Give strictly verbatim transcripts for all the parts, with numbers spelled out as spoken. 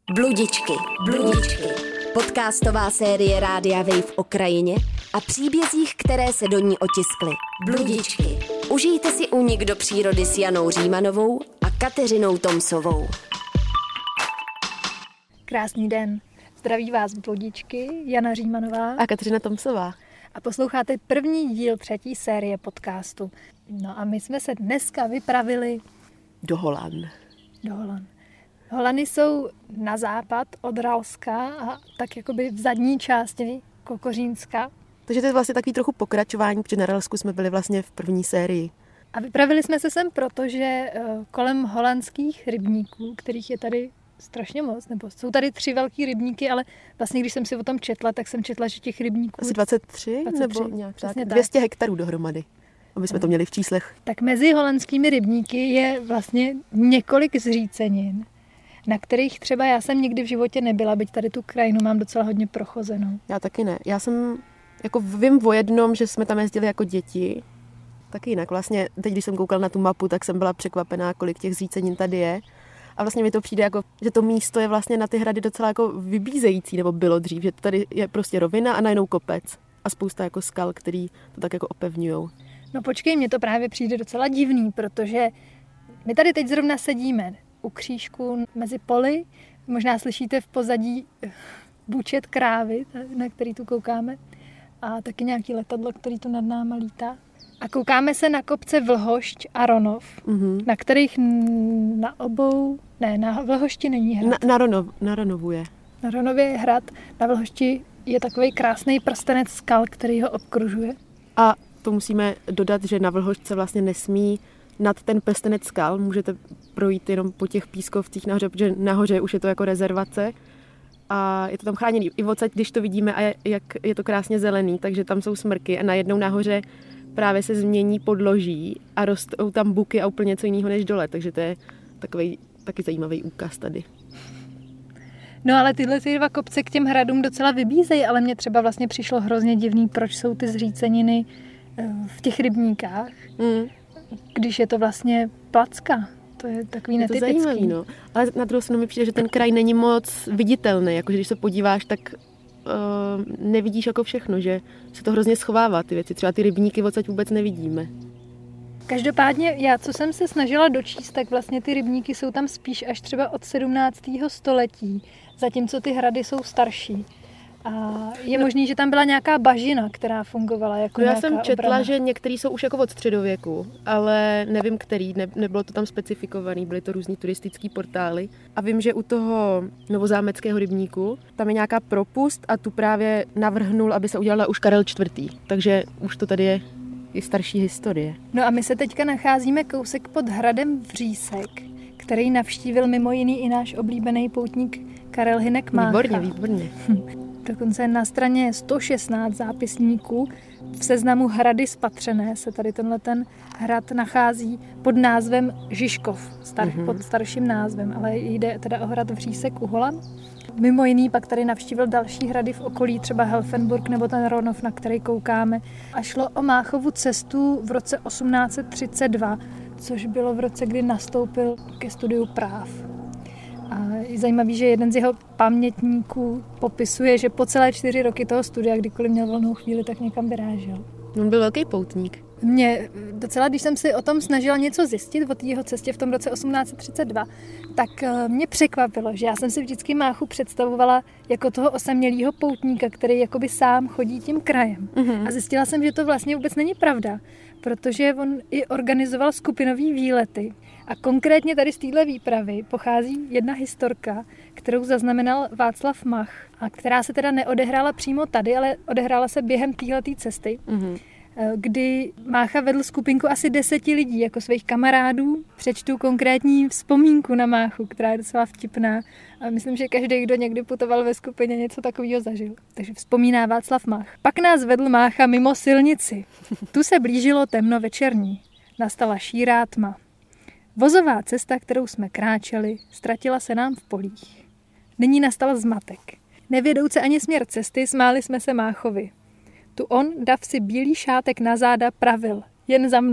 Bludičky, bludičky. Podcastová série Rádia Wave o krajině a příbězích, které se do ní otiskly. Bludičky. Užijte si únik do přírody s Janou Římanovou a Kateřinou Tomsovou. Krásný den. Zdraví vás Bludičky, Jana Římanová a Kateřina Tomsová. A posloucháte první díl třetí série podcastu. No a my jsme se dneska vypravili do Holan. Do Holan. Holany jsou na západ od Ralska a tak jakoby v zadní části Kokořínska. Takže to je vlastně takový trochu pokračování, protože na Ralsku jsme byli vlastně v první sérii. A vypravili jsme se sem proto, že kolem holandských rybníků, kterých je tady strašně moc, nebo jsou tady tři velký rybníky, ale vlastně když jsem si o tom četla, tak jsem četla, že těch rybníků... Asi dvacet tři, dvacet tři nebo nějak tak, dvě stě hektarů dohromady, aby jsme to měli v číslech. Tak mezi holandskými rybníky je vlastně několik zřícenin, na kterých třeba já jsem nikdy v životě nebyla, byť tady tu krajinu mám docela hodně prochozenou. Já taky ne. Já jsem, jako vím o jednom, že jsme tam jezdili jako děti, taky jinak. Vlastně teď, když jsem koukala na tu mapu, tak jsem byla překvapená, kolik těch zřícenin tady je. A vlastně mi to přijde jako, že to místo je vlastně na ty hrady docela jako vybízející, nebo bylo dřív, že tady je prostě rovina a najednou kopec a spousta jako skal, který to tak jako opevňujou. No počkej, mně to právě přijde docela divný, protože my tady teď zrovna sedíme u křížku mezi poli, možná slyšíte v pozadí bučet krávy, na který tu koukáme, a taky nějaký letadlo, který tu nad náma lítá. A koukáme se na kopce Vlhošť a Ronov, mm-hmm. na kterých na obou, ne, na Vlhošti není hrad. Na, na, Ronov, na Ronovu je. Na Ronově je hrad, na Vlhošti je takový krásný prstenec skal, který ho obkružuje. A to musíme dodat, že na Vlhošťce vlastně nesmí nad ten prstenec skal, můžete projít jenom po těch pískovcích nahoře, protože nahoře už je to jako rezervace a je to tam chráněný. I odsaď, když to vidíme, a jak je to krásně zelený, takže tam jsou smrky a najednou nahoře právě se změní podloží a rostou tam buky a úplně něco jiného než dole, takže to je takový taky zajímavý úkaz tady. No ale tyhle ty dva kopce k těm hradům docela vybízejí, ale mně třeba vlastně přišlo hrozně divný, proč jsou ty zříceniny v těch rybníkách, mm. když je to vlastně placka. To je takový je to netypický. Zajímavý, no. Ale na druhou stranu mi přijde, že ten kraj není moc viditelný, jakože když se podíváš, tak uh, nevidíš jako všechno, že se to hrozně schovává ty věci. Třeba ty rybníky odsaď vůbec nevidíme. Každopádně já, co jsem se snažila dočíst, tak vlastně ty rybníky jsou tam spíš až třeba od sedmnáctého století, zatímco ty hrady jsou starší. A je no, možný, že tam byla nějaká bažina, která fungovala jako no, já nějaká jsem četla, obrana. že některý jsou už jako od středověku, ale nevím který, ne, nebylo to tam specifikovaný, byly to různý turistický portály. A vím, že u toho novozámeckého rybníku tam je nějaká propust a tu právě navrhnul, aby se udělala už Karel čtvrtý. Takže už to tady je i starší historie. No a my se teďka nacházíme kousek pod hradem Vřísek, který navštívil mimo jiný i náš oblíbený poutník Karel Hynek Mácha. Výborně, výborně. Dokonce na straně sto šestnáct zápisníků v seznamu hrady spatřené se tady tenhle ten hrad nachází pod názvem Žižkov, star, mm-hmm. pod starším názvem, ale jde teda o hrad Vřísek u Holan. Mimo jiný pak tady navštívil další hrady v okolí, třeba Helfenburg nebo ten Ronov, na který koukáme. A šlo o Máchovu cestu v roce osmnáct set třicet dva, což bylo v roce, kdy nastoupil ke studiu práv. A je zajímavý, že jeden z jeho pamětníků popisuje, že po celé čtyři roky toho studia, kdykoliv měl volnou chvíli, tak někam vyrážel. On byl velký poutník. Mě docela, když jsem si o tom snažila něco zjistit, o té jeho cestě v tom roce osmnáct set třicet dva, tak mě překvapilo, že já jsem si vždycky Máchu představovala jako toho osamělého poutníka, který jakoby sám chodí tím krajem. Mm-hmm. A zjistila jsem, že to vlastně vůbec není pravda, protože on i organizoval skupinový výlety. A konkrétně tady z téhle výpravy pochází jedna historka, kterou zaznamenal Václav Mach, a která se teda neodehrála přímo tady, ale odehrála se během téhletý cesty, mm-hmm. kdy Mácha vedl skupinku asi deseti lidí jako svých kamarádů. Přečtu konkrétní vzpomínku na Máchu, která je docela vtipná. A myslím, že každý, kdo někdy putoval ve skupině, něco takového zažil. Takže vzpomíná Václav Mach. Pak nás vedl Mácha mimo silnici. Tu se blížilo temno večerní. Nastala šírá tma. Vozová cesta, kterou jsme kráčeli, ztratila se nám v polích. Nyní nastal zmatek. Nevědouce ani směr cesty, smáli jsme se Máchovi. Tu on, dav si bílý šátek na záda, pravil. Jen za mnou.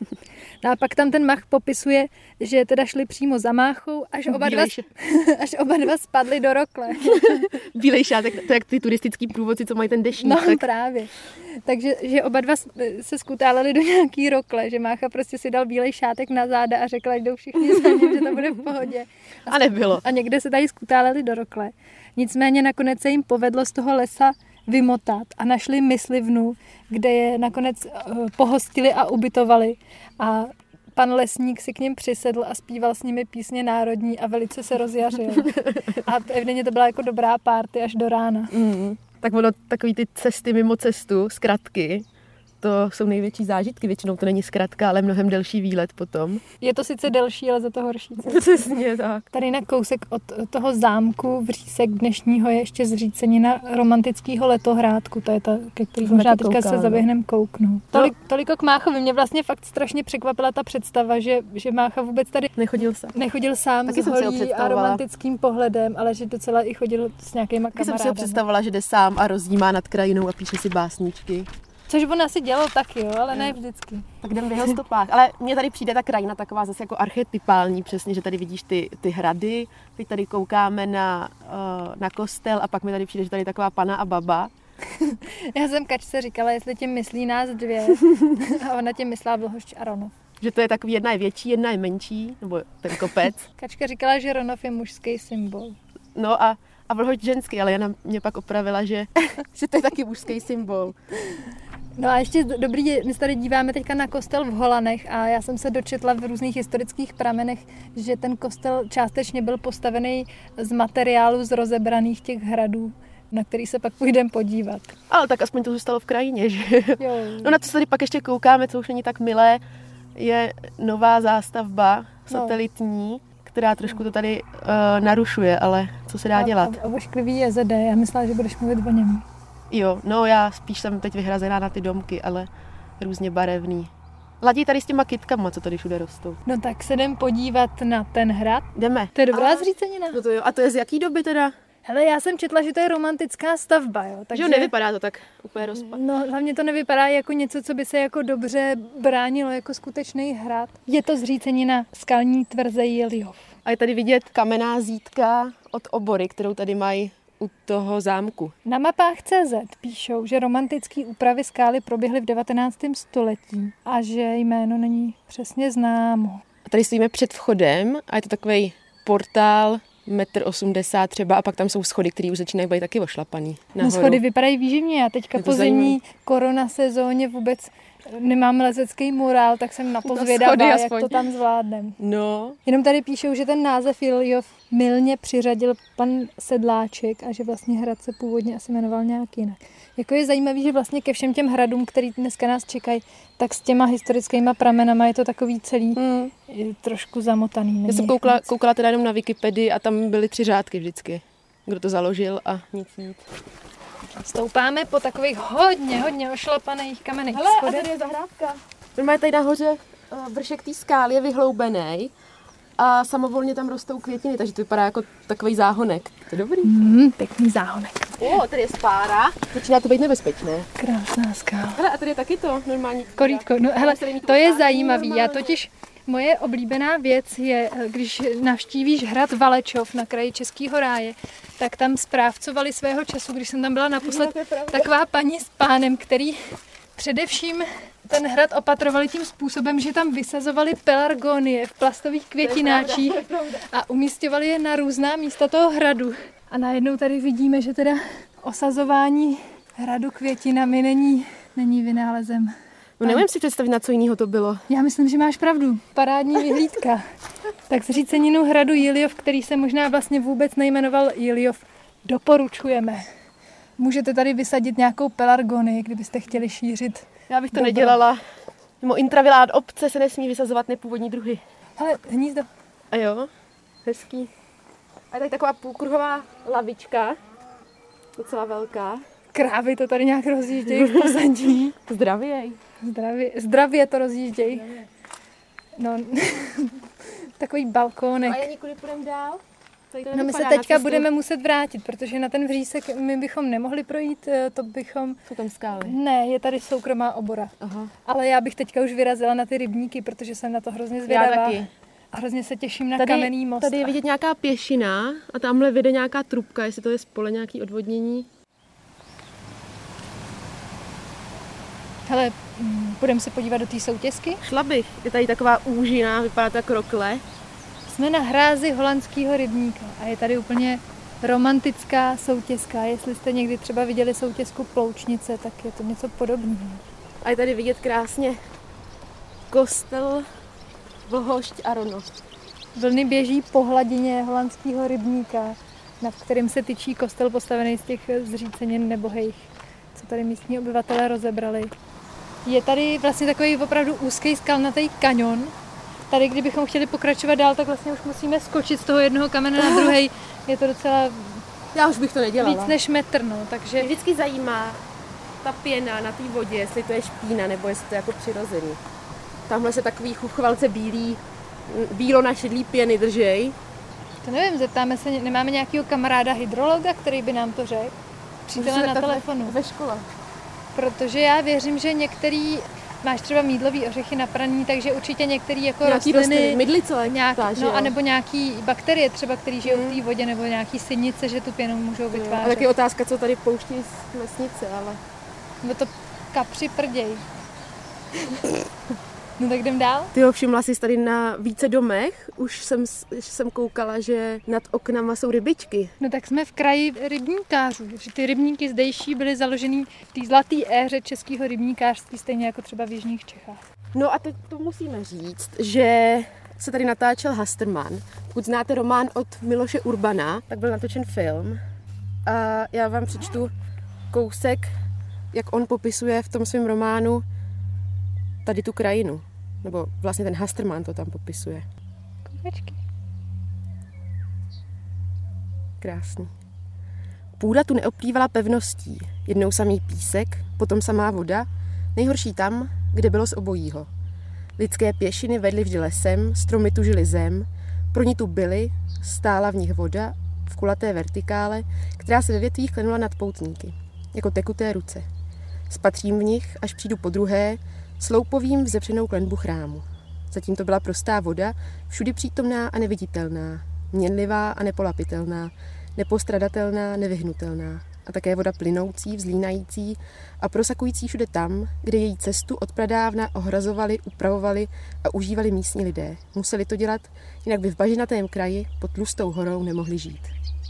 No a pak tam ten mach popisuje, že teda šli přímo za máchou, až oba, dva, až oba dva spadli do rokle. Bílej šátek, to jak ty turistický průvodci, co mají ten deštník. No tak... právě. Takže že oba dva se skutáleli do nějaký rokle, že mácha prostě si dal bílej šátek na záda a řekla, že jdou všichni za ním, že to bude v pohodě. A, a nebylo. A někde se tady skutáleli do rokle. Nicméně nakonec se jim povedlo z toho lesa vymotat a našli myslivnu, kde je nakonec pohostili a ubytovali. A pan lesník si k nim přisedl a zpíval s nimi písně národní a velice se rozjařil. A evidentně to byla jako dobrá party až do rána. Mm. Tak ono, takový ty cesty mimo cestu, zkratky, to jsou největší zážitky. Většinou to není zkratka, ale mnohem delší výlet potom. Je to sice delší, ale za to horší. Přesně tak. Tady na kousek od toho zámku Vřísek dnešního je ještě zřícenina romantického letohrádku. To je ta, ke který možná teďka se zaběhnem kouknout. Tolik, toliko k Máchovi. Mě vlastně fakt strašně překvapila ta představa, že, že Mácha vůbec tady nechodil sám, nechodil sám Taky s holí a romantickým pohledem, ale že docela i chodil s nějakýma kamarádama. kamarádama. Jsem si ho představovala, že jde sám a rozdímá nad krajinou a píše si básničky. Což on asi dělal taky, jo, ale ne vždycky. Tak jdem v jeho stopách. Ale mně tady přijde ta krajina taková zase jako archetypální, přesně, že tady vidíš ty, ty hrady, teď tady koukáme na, uh, na kostel a pak mi tady přijde, že tady je taková pana a baba. Já jsem Kačce říkala, jestli tím myslí nás dvě a ona tím myslela Vlhošť a Ronov. Že to je takový, jedna je větší, jedna je menší, nebo ten kopec. Kačka říkala, že Ronov je mužský symbol. No a A Vlhošť ženský, ale Jana mě pak opravila, že, že to je taky mužský symbol. No a ještě dobrý, my se tady díváme teďka na kostel v Holanech a já jsem se dočetla v různých historických pramenech, že ten kostel částečně byl postavený z materiálu z rozebraných těch hradů, na který se pak půjdeme podívat. Ale tak aspoň to zůstalo v krajině, že? Jo. No na co se tady pak ještě koukáme, co už není tak milé, je nová zástavba satelitní, no. která trošku to tady uh, narušuje, ale co se dá a, dělat? A ošklivý J Z D, já myslela, že budeš mluvit o něm. Jo, no já spíš jsem teď vyhrazená na ty domky, ale různě barevný. Ladí tady s těma kytkama, co tady všude rostou. No tak se jdem podívat na ten hrad. Jdeme. To je dobrá a... zřícenina. No to jo, a to je z jaký doby teda? Hele, já jsem četla, že to je romantická stavba, jo. Takže... Že nevypadá to tak úplně rozpad. No, hlavně to nevypadá jako něco, co by se jako dobře bránilo jako skutečný hrad. Je to zřícenina skalní tvrze Jilijov. A je tady vidět kamenná zítka od obory, kterou tady mají u toho zámku. Na mapách tečka cé zet píšou, že romantické úpravy skály proběhly v devatenáctém století a že jméno není přesně známo. A tady stojíme před vchodem a je to takovej portál metr osmdesát třeba a pak tam jsou schody, které už začínají být taky ošlapaný. No schody vypadají výživně. Já teďka po zimní korona sezóně vůbec nemám lezecký morál, tak jsem na to zvědavá, jak to tam zvládnem. No. Jenom tady píšou, že ten název Jilijov mylně přiřadil pan Sedláček a že vlastně hrad se původně asi jmenoval nějak jinak. Jako je zajímavý, že vlastně ke všem těm hradům, který dneska nás čekají, tak s těma historickýma pramenama je to takový celý hmm. trošku zamotaný. Já jsem koukala, koukala teda jenom na Wikipedii a tam byly tři řádky vždycky. Kdo to založil a nic nic. Stoupáme po takových hodně, hodně ošlapaných kamenných schodech. Hele, a tady je zahrádka. Normálně tady nahoře vršek té skály je vyhloubený a samovolně tam rostou květiny, takže to vypadá jako takový záhonek. To je dobrý. Mm, pěkný záhonek. O, tady je spára. Začíná to být nebezpečné. Krásná skála. Hele, a tady je taky to normální. Korítko, no hele, to je zajímavý. Já totiž, moje oblíbená věc je, když navštívíš hrad Valečov na kraji Českého ráje, tak tam správcovali svého času, když jsem tam byla naposled, taková paní s pánem, který především ten hrad opatrovali tím způsobem, že tam vysazovali pelargonie v plastových květináčích a umísťovali je na různá místa toho hradu. A najednou tady vidíme, že teda osazování hradu květinami není, není vynálezem. No nevím si představit, na co jiného to bylo. Já myslím, že máš pravdu. Parádní vyhlídka. Tak zříceninu hradu Jilijov, který se možná vlastně vůbec nejmenoval Jilijov, doporučujeme. Můžete tady vysadit nějakou pelargonii, kdybyste chtěli šířit. Já bych to dobro. nedělala. Mimo intravilát obce se nesmí vysazovat nepůvodní druhy. Hele, hnízdo. A jo, hezký. A je tady taková půlkruhová lavička, docela velká. Krávy to tady nějak rozjíždějí v pozadí. Zdravěj. Zdravě, zdravě to rozjíždějí. No, takový balkónek. A Janí, kudy půjdeme dál? No my se teďka budeme muset vrátit, protože na ten vřísek my bychom nemohli projít, to bychom... Jsou tam skály. Ne, je tady soukromá obora. Aha. Ale já bych teďka už vyrazila na ty rybníky, protože jsem na to hrozně zvědavá. Já taky. A hrozně se těším na tady, kamenný most. Tady je vidět nějaká pěšina a tamhle vede nějaká trubka, jestli to je spole nějaký odvodnění. Hele, budeme se podívat do té soutězky? Šla bych. Je tady taková úžina, vypadá to jako rokle. Jsme na hrázi holandského rybníka a je tady úplně romantická soutězka. Jestli jste někdy třeba viděli soutězku Ploučnice, tak je to něco podobného. A je tady vidět krásně kostel Vlhošť a Rono. Vlny běží po hladině holandského rybníka, nad kterým se tyčí kostel postavený z těch zřícenin nebohejch, co tady místní obyvatelé rozebrali. Je tady vlastně takový opravdu úzký skalnatý kaňon. Tady, kdybychom chtěli pokračovat dál, tak vlastně už musíme skočit z toho jednoho kamene na druhý. Je to docela Já už bych to nedělala. víc než metr, no, takže... Mě vždycky zajímá ta pěna na té vodě, jestli to je špína, nebo jestli to je jako přirozený. Tamhle se takový chuchvalce bílý, bílo našedlý pěny držej. To nevím, zeptáme se, nemáme nějakého kamaráda hydrologa, který by nám to řekl? Přítele na telefonu. Ve škole. Protože já věřím, že některý, máš třeba mýdlový ořechy na praní, takže určitě některý jako nějaký rostliny, rostliny, mydlice, nějak, táž, no, jo. anebo nějaký bakterie třeba, který žijou v té vodě, nebo nějaký sinice, že tu pěnu můžou vytvářet. A taky otázka, co tady pouští z lesnice, ale... Nebo to kapři prděj. No tak jdem dál? Tyjo, všimla jsi tady na více domech, už jsem, jsem koukala, že nad oknama jsou rybičky. No tak jsme v kraji rybníkářů, že ty rybníky zdejší byly založený v té zlaté éře českého rybníkářství, stejně jako třeba v jižních Čechách. No a teď to musíme říct, že se tady natáčel Hasterman. Pokud znáte román od Miloše Urbana, tak byl natočen film. A já vám přečtu kousek, jak on popisuje v tom svém románu tady tu krajinu. Nebo vlastně ten Hasterman to tam popisuje. Počkej. Krásný. Půda tu neoplývala pevností. Jednou samý písek, potom samá voda, nejhorší tam, kde bylo z obojího. Lidské pěšiny vedly vždy lesem, stromy tu žily zem, pro ní tu byly, stála v nich voda v kulaté vertikále, která se ve větvích klenula nad poutníky, jako tekuté ruce. Spatřím v nich, až přijdu po druhé, sloupovým vzepřenou klenbu chrámu. Zatím to byla prostá voda, všudy přítomná a neviditelná, měnlivá a nepolapitelná, nepostradatelná, nevyhnutelná. A také voda plynoucí, vzlínající a prosakující všude tam, kde její cestu odpradávna ohrazovali, upravovali a užívali místní lidé. Museli to dělat, jinak by v bažinatém kraji pod tlustou horou nemohli žít.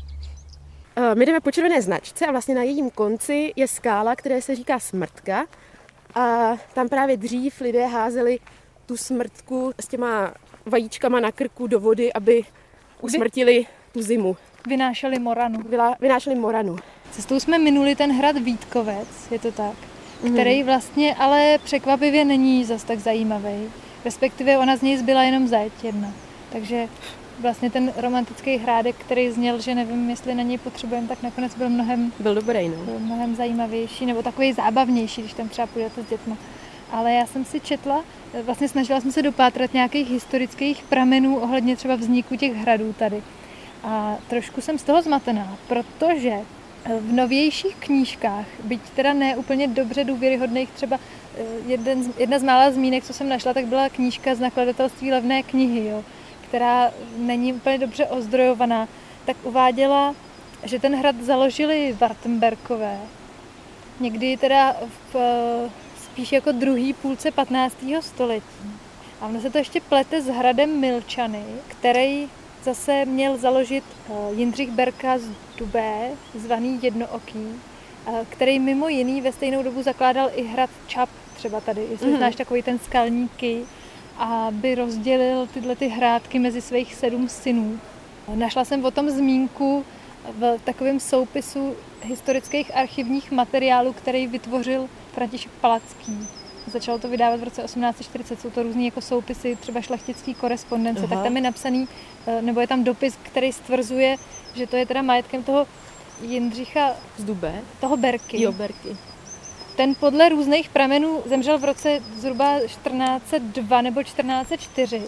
My jdeme po červené značce a vlastně na jejím konci je skála, které se říká Smrtka. A tam právě dřív lidé házeli tu smrtku s těma vajíčkama na krku do vody, aby usmrtili tu zimu. Vynášeli moranu. Vylá, vynášeli moranu. Cestou jsme minuli ten hrad Vítkovec, je to tak, mm. který vlastně ale překvapivě není zas tak zajímavý. Respektive ona z něj zbyla jenom zeď jedna. Takže vlastně ten romantický hrádek, který zněl, že nevím, jestli na něj potřebujeme, tak nakonec byl mnohem, byl dobrý, no. byl mnohem zajímavější, nebo takový zábavnější, když tam třeba půjdete s dětma. Ale já jsem si četla, vlastně snažila jsem se dopátrat nějakých historických pramenů ohledně třeba vzniku těch hradů tady. A trošku jsem z toho zmatená, protože v novějších knížkách, byť teda ne úplně dobře důvěryhodných, třeba jeden, jedna z mála zmínek, co jsem našla, tak byla knížka z nakladatelství Levné knihy, jo, která není úplně dobře ozdrojovaná, tak uváděla, že ten hrad založili Wartenberkové. Někdy teda v, spíš jako druhý půlce patnáctého století. A ono se to ještě plete s hradem Milčany, který zase měl založit Jindřich Berka z Dubé, zvaný Jednooký, který mimo jiný ve stejnou dobu zakládal i hrad Čap, třeba tady, jestli mm-hmm. znáš takový ten skalní kyj, aby rozdělil tyhle ty hrádky mezi svých sedm synů. Našla jsem o tom zmínku v takovém soupisu historických archivních materiálů, který vytvořil František Palacký. Začalo to vydávat v roce osmnáct set čtyřicet, jsou to různý jako soupisy, třeba šlechtický korespondence, Aha. tak tam je napsaný, nebo je tam dopis, který stvrzuje, že to je teda majetkem toho Jindřicha z Dubé, toho Berky. Jo, Berky. Ten podle různých pramenů zemřel v roce zhruba čtrnáct set dva nebo čtrnáct set čtyři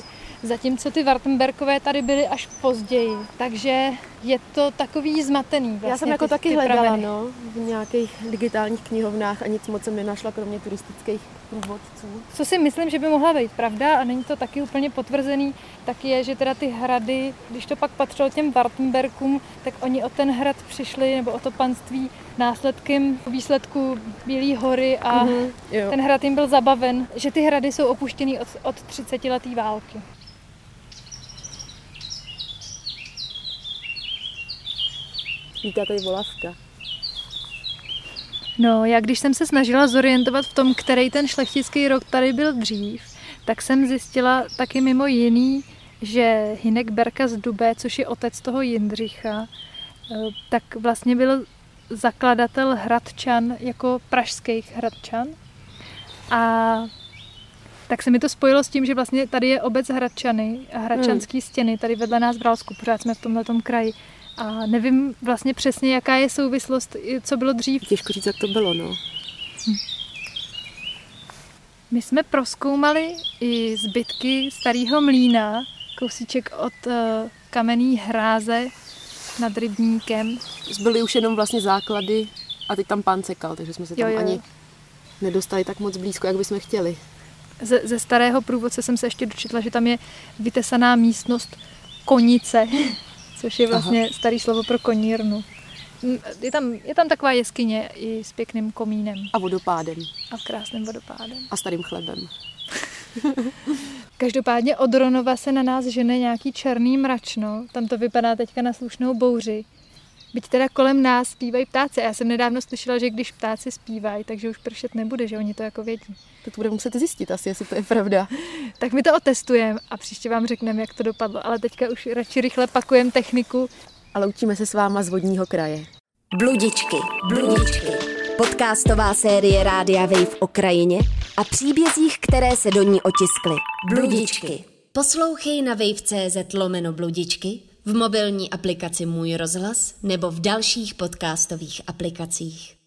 zatímco ty Wartenbergové tady byly až později, takže je to takový zmatený. Vlastně, Já jsem jako ty, taky ty hledala prameny. no, v nějakých digitálních knihovnách a nic moc jsem nenašla, kromě turistických průvodců. Co si myslím, že by mohla být pravda, a není to taky úplně potvrzený, tak je, že teda ty hrady, když to pak patřilo těm Wartenbergům, tak oni o ten hrad přišli, nebo o to panství, následkem výsledku Bílé hory a mm-hmm, ten hrad jim byl zabaven, že ty hrady jsou opuštěný od, od třicetileté války. Vítá tady volavka. No, já když jsem se snažila zorientovat v tom, který ten šlechtický rok tady byl dřív, tak jsem zjistila taky mimo jiný, že Hynek Berka z Dubé, což je otec toho Jindřicha, tak vlastně byl zakladatel Hradčan jako pražských Hradčan. A tak se mi to spojilo s tím, že vlastně tady je obec Hradčany a Hradčanský hmm. stěny, tady vedle nás v Ralsku, pořád jsme v tomhletom kraji. A nevím vlastně přesně, jaká je souvislost, co bylo dřív. Těžko říct, jak to bylo, no. Hm. My jsme prozkoumali i zbytky starého mlýna, kousíček od uh, kamenný hráze nad rybníkem. Zbyly už jenom vlastně základy a teď tam pán cekal, takže jsme se tam jo, jo. ani nedostali tak moc blízko, jak bychom chtěli. Ze, ze starého průvodce jsem se ještě dočetla, že tam je vytesaná místnost Konice, což je vlastně Aha. starý slovo pro konírnu. Je tam, je tam taková jeskyně i s pěkným komínem. A vodopádem. A krásným vodopádem. A starým chlebem. Každopádně od Ronova se na nás žene nějaký černý mračno. Tam to vypadá teďka na slušnou bouři. Byť teda kolem nás zpívají ptáci. A já jsem nedávno slyšela, že když ptáci zpívají, takže už pršet nebude, že oni to jako vědí. To budeme muset zjistit asi, jestli to je pravda. Tak my to otestujeme a příště vám řekneme, jak to dopadlo. Ale teďka už radši rychle pakujeme techniku. A loučíme se s váma z vodního kraje. Bludičky, bludičky. Podcastová série Rádia Wave o krajině a příbězích, které se do ní otiskly. Bludičky. Poslouchej na wave tečka cé zet lomeno bludičky, v mobilní aplikaci Můj rozhlas nebo v dalších podcastových aplikacích.